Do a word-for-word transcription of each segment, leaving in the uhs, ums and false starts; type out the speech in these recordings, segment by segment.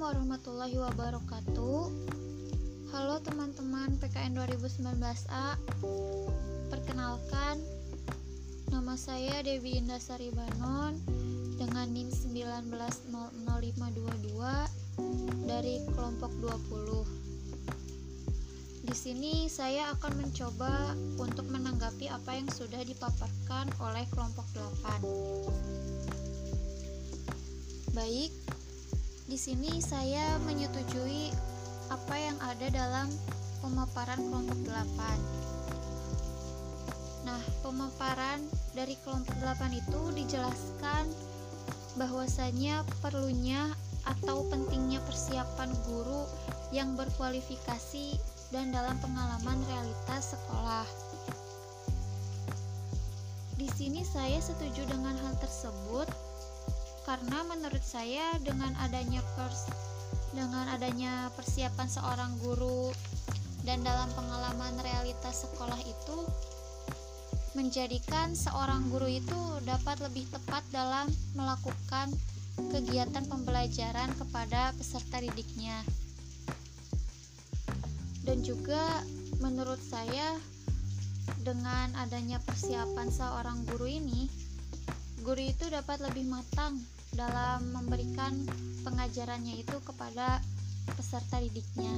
warahmatullahi wabarakatuh. Halo teman-teman P K N dua ribu sembilan belas A. Perkenalkan, nama saya Dewi Indasari Banon dengan NIM sembilan belas nol nol lima dua dua dari kelompok dua puluh. Di sini saya akan mencoba untuk menanggapi apa yang sudah dipaparkan oleh kelompok delapan. Baik, di sini saya menyetujui apa yang ada dalam pemaparan kelompok delapan. Nah, pemaparan dari kelompok delapan itu dijelaskan bahwasanya perlunya atau pentingnya persiapan guru yang berkualifikasi dan dalam pengalaman realitas sekolah. Di sini saya setuju dengan hal tersebut karena menurut saya dengan adanya pers dengan adanya persiapan seorang guru dan dalam pengalaman realitas sekolah itu menjadikan seorang guru itu dapat lebih tepat dalam melakukan kegiatan pembelajaran kepada peserta didiknya. Dan juga menurut saya dengan adanya persiapan seorang guru ini, guru itu dapat lebih matang dalam memberikan pengajarannya itu kepada peserta didiknya.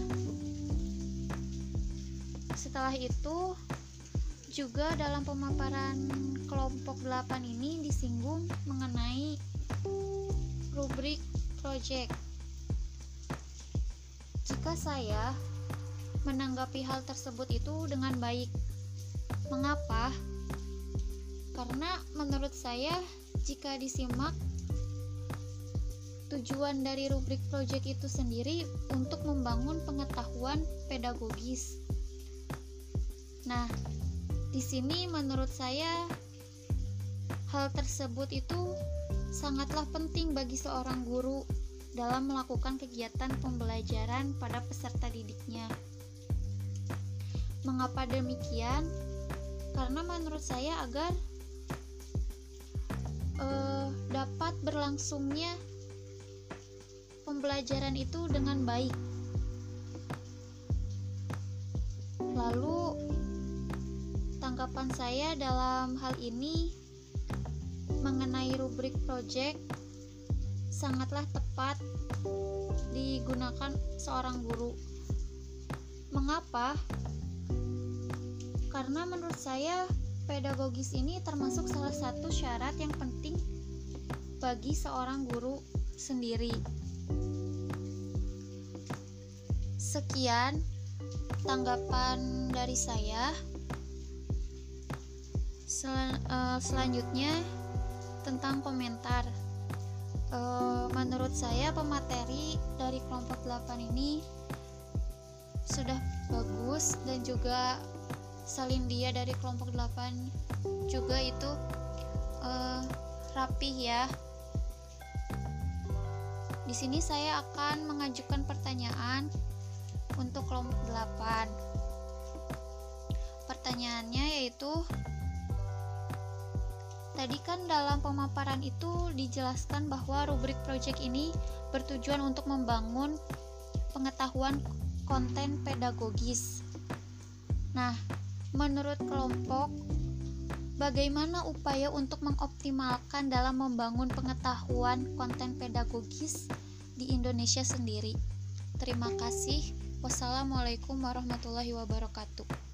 Setelah itu juga dalam pemaparan kelompok delapan ini disinggung mengenai rubrik project. Jika saya menanggapi hal tersebut itu dengan baik. Mengapa? Karena menurut saya jika disimak, tujuan dari rubrik project itu sendiri untuk membangun pengetahuan pedagogis. Nah, di sini menurut saya hal tersebut itu sangatlah penting bagi seorang guru dalam melakukan kegiatan pembelajaran pada peserta didiknya. Mengapa demikian? Karena menurut saya agar eh, dapat berlangsungnya pembelajaran itu dengan baik. Lalu tanggapan saya dalam hal ini mengenai rubrik project sangatlah tepat digunakan seorang guru. Mengapa? Karena menurut saya pedagogis ini termasuk salah satu syarat yang penting bagi seorang guru sendiri. Sekian tanggapan dari saya. Sel- uh, selanjutnya tentang komentar. Uh, menurut saya pemateri dari kelompok delapan ini sudah bagus dan juga Salindia dari kelompok delapan juga itu uh, rapih ya. Di sini saya akan mengajukan pertanyaan untuk kelompok delapan. Pertanyaannya yaitu, tadi kan dalam pemaparan itu dijelaskan bahwa rubrik project ini bertujuan untuk membangun pengetahuan konten pedagogis. Nah, menurut kelompok, bagaimana upaya untuk mengoptimalkan dalam membangun pengetahuan konten pedagogis di Indonesia sendiri? Terima kasih. Wassalamualaikum warahmatullahi wabarakatuh.